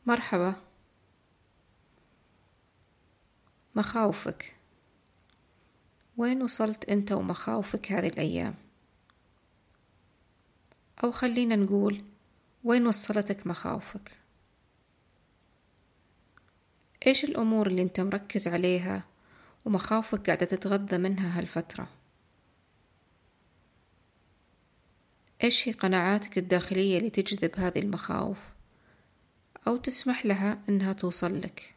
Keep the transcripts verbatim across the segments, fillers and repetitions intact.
مرحبا. مخاوفك، وين وصلت أنت ومخاوفك هذه الأيام؟ أو خلينا نقول وين وصلتك مخاوفك؟ إيش الأمور اللي أنت مركز عليها ومخاوفك قاعدة تتغذى منها هالفترة؟ إيش هي قناعاتك الداخلية اللي تجذب هذه المخاوف أو تسمح لها أنها توصل لك؟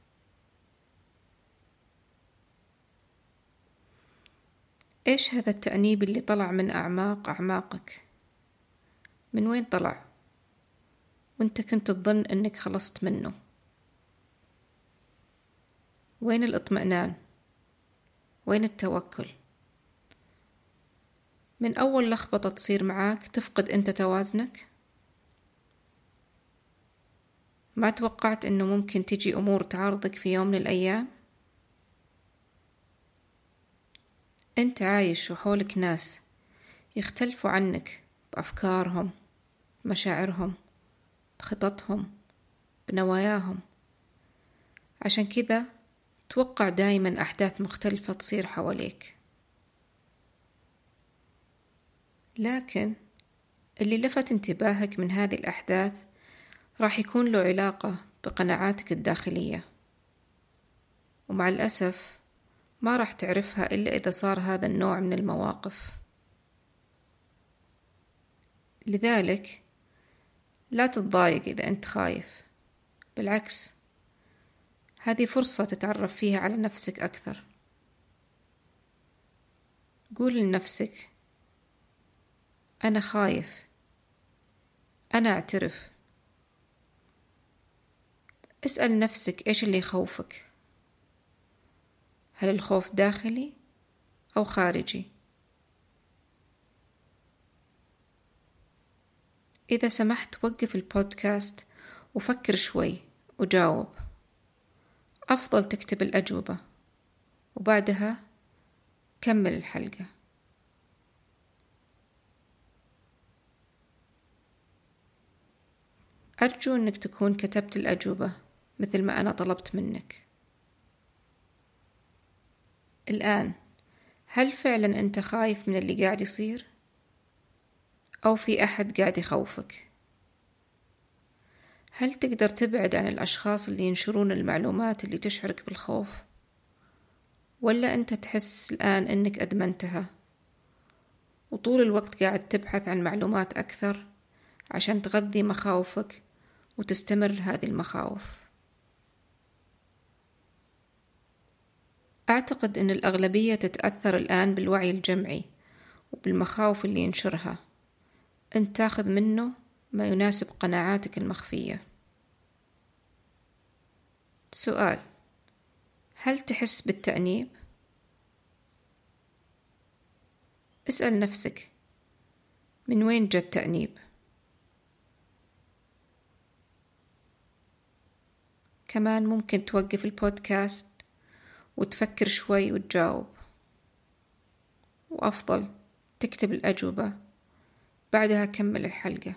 إيش هذا التأنيب اللي طلع من أعماق أعماقك؟ من وين طلع؟ وانت كنت تظن أنك خلصت منه؟ وين الاطمئنان؟ وين التوكل؟ من أول لخبطة تصير معاك تفقد أنت توازنك؟ ما توقعت أنه ممكن تجي أمور تعارضك في يوم من الأيام؟ أنت عايش وحولك ناس يختلفوا عنك بأفكارهم، مشاعرهم، بخططهم، بنواياهم. عشان كذا توقع دايما أحداث مختلفة تصير حواليك. لكن اللي لفت انتباهك من هذه الأحداث راح يكون له علاقة بقناعاتك الداخلية، ومع الأسف ما راح تعرفها إلا إذا صار هذا النوع من المواقف. لذلك لا تتضايق إذا أنت خايف، بالعكس هذه فرصة تتعرف فيها على نفسك أكثر. قول لنفسك أنا خايف، أنا أعترف. اسأل نفسك إيش اللي يخوفك؟ هل الخوف داخلي أو خارجي؟ إذا سمحت وقف البودكاست وفكر شوي وجاوب. أفضل تكتب الأجوبة وبعدها كمل الحلقة. أرجو أنك تكون كتبت الأجوبة مثل ما أنا طلبت منك. الآن هل فعلا أنت خايف من اللي قاعد يصير؟ أو في أحد قاعد يخوفك؟ هل تقدر تبعد عن الأشخاص اللي ينشرون المعلومات اللي تشعرك بالخوف؟ ولا أنت تحس الآن أنك أدمنتها وطول الوقت قاعد تبحث عن معلومات أكثر عشان تغذي مخاوفك وتستمر هذه المخاوف؟ أعتقد أن الأغلبية تتأثر الآن بالوعي الجمعي وبالمخاوف اللي ينشرها. أنت تاخذ منه ما يناسب قناعاتك المخفية. سؤال: هل تحس بالتأنيب؟ اسأل نفسك من وين جاء التأنيب؟ كمان ممكن توقف البودكاست وتفكر شوي وتجاوب، وأفضل تكتب الأجوبة بعدها كمل الحلقة.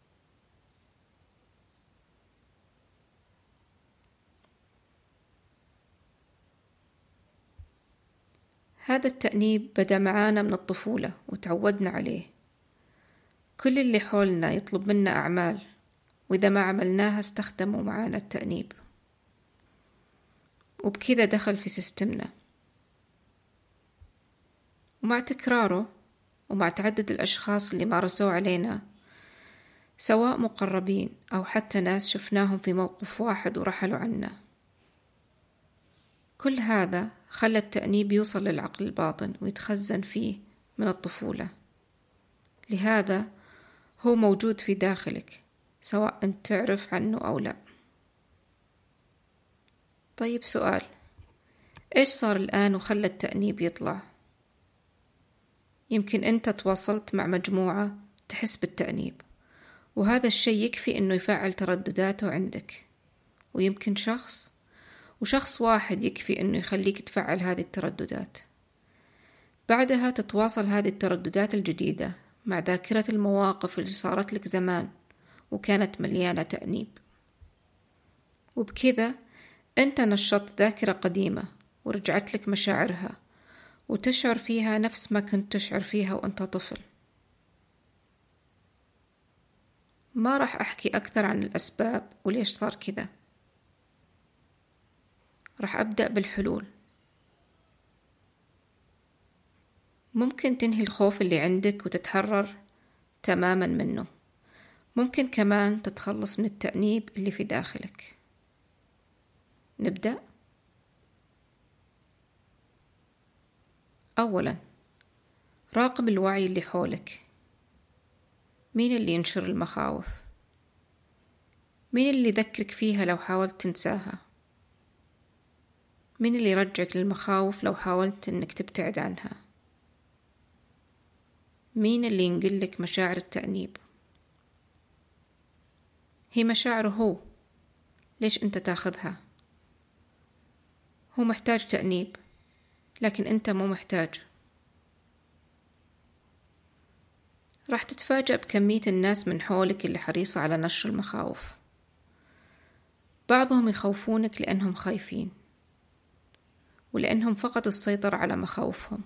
هذا التأنيب بدأ معانا من الطفولة وتعودنا عليه. كل اللي حولنا يطلب منا أعمال، وإذا ما عملناها استخدموا معانا التأنيب، وبكذا دخل في سيستمنا. ومع تكراره ومع تعدد الأشخاص اللي مارسوه علينا، سواء مقربين أو حتى ناس شفناهم في موقف واحد ورحلوا عنا، كل هذا خلى التأنيب يوصل للعقل الباطن ويتخزن فيه من الطفولة. لهذا هو موجود في داخلك سواء أنت تعرف عنه أو لا. طيب سؤال: إيش صار الآن وخلى التأنيب يطلع؟ يمكن أنت تواصلت مع مجموعة تحس بالتأنيب، وهذا الشيء يكفي أنه يفعل تردداته عندك. ويمكن شخص وشخص واحد يكفي أنه يخليك تفعل هذه الترددات. بعدها تتواصل هذه الترددات الجديدة مع ذاكرة المواقف اللي صارت لك زمان وكانت مليانة تأنيب. وبكذا أنت نشطت ذاكرة قديمة ورجعت لك مشاعرها وتشعر فيها نفس ما كنت تشعر فيها وأنت طفل. ما راح أحكي أكثر عن الأسباب وليش صار كذا، راح أبدأ بالحلول. ممكن تنهي الخوف اللي عندك وتتحرر تماما منه. ممكن كمان تتخلص من التأنيب اللي في داخلك. نبدأ. أولا، راقب الوعي اللي حولك. مين اللي ينشر المخاوف؟ مين اللي يذكرك فيها لو حاولت تنساها؟ مين اللي يرجعك للمخاوف لو حاولت انك تبتعد عنها؟ مين اللي ينقلك مشاعر التأنيب؟ هي مشاعره هو، ليش انت تاخذها؟ هو محتاج تأنيب لكن انت مو محتاج. راح تتفاجأ بكمية الناس من حولك اللي حريصة على نشر المخاوف. بعضهم يخوفونك لأنهم خايفين ولأنهم فقدوا السيطرة على مخاوفهم،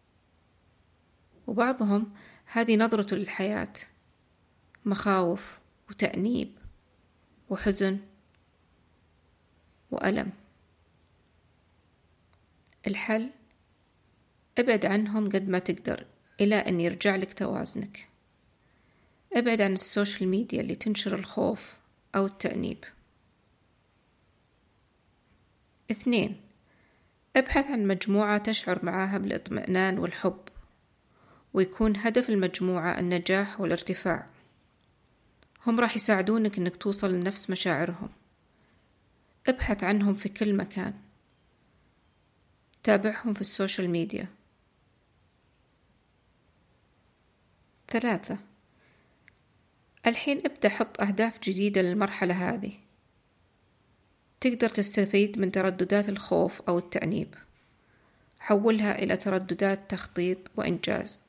وبعضهم هذه نظرته للحياة، مخاوف وتأنيب وحزن وألم. الحل، ابعد عنهم قد ما تقدر إلى أن يرجع لك توازنك. ابعد عن السوشيال ميديا اللي تنشر الخوف أو التأنيب. اثنين، ابحث عن مجموعة تشعر معاها بالاطمئنان والحب، ويكون هدف المجموعة النجاح والارتفاع. هم راح يساعدونك انك توصل لنفس مشاعرهم. ابحث عنهم في كل مكان. تابعهم في السوشيال ميديا. ثلاثة، الحين ابدأ حط أهداف جديدة للمرحلة هذه. تقدر تستفيد من ترددات الخوف أو التأنيب، حولها إلى ترددات تخطيط وإنجاز.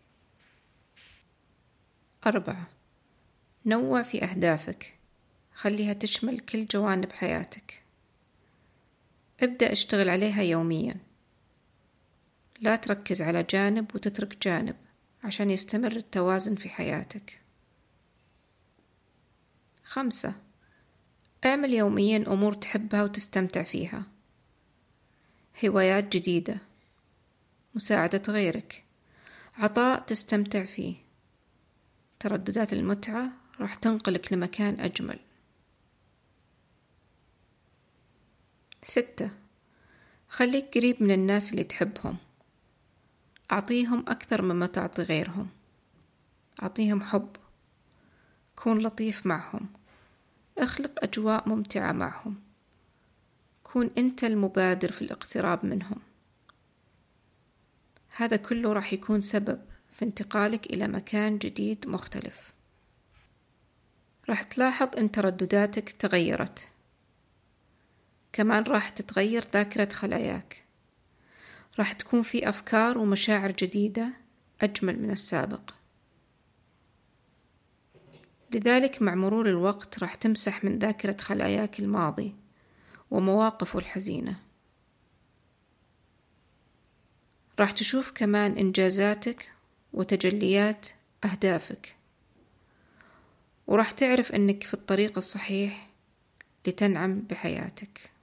أربعة، نوع في أهدافك، خليها تشمل كل جوانب حياتك. ابدأ اشتغل عليها يوميا، لا تركز على جانب وتترك جانب عشان يستمر التوازن في حياتك. خمسة، اعمل يوميا أمور تحبها وتستمتع فيها. هوايات جديدة، مساعدة غيرك، عطاء تستمتع فيه. ترددات المتعة راح تنقلك لمكان أجمل. ستة، خليك قريب من الناس اللي تحبهم. أعطيهم أكثر مما تعطي غيرهم. أعطيهم حب، كون لطيف معهم، اخلق أجواء ممتعة معهم، كون أنت المبادر في الاقتراب منهم. هذا كله راح يكون سبب في انتقالك إلى مكان جديد مختلف. راح تلاحظ أن تردداتك تغيرت، كمان راح تتغير ذاكرة خلاياك. راح تكون في أفكار ومشاعر جديدة أجمل من السابق. لذلك مع مرور الوقت راح تمسح من ذاكرة خلاياك الماضي ومواقفه الحزينة. راح تشوف كمان إنجازاتك وتجليات أهدافك، وراح تعرف أنك في الطريق الصحيح لتنعم بحياتك.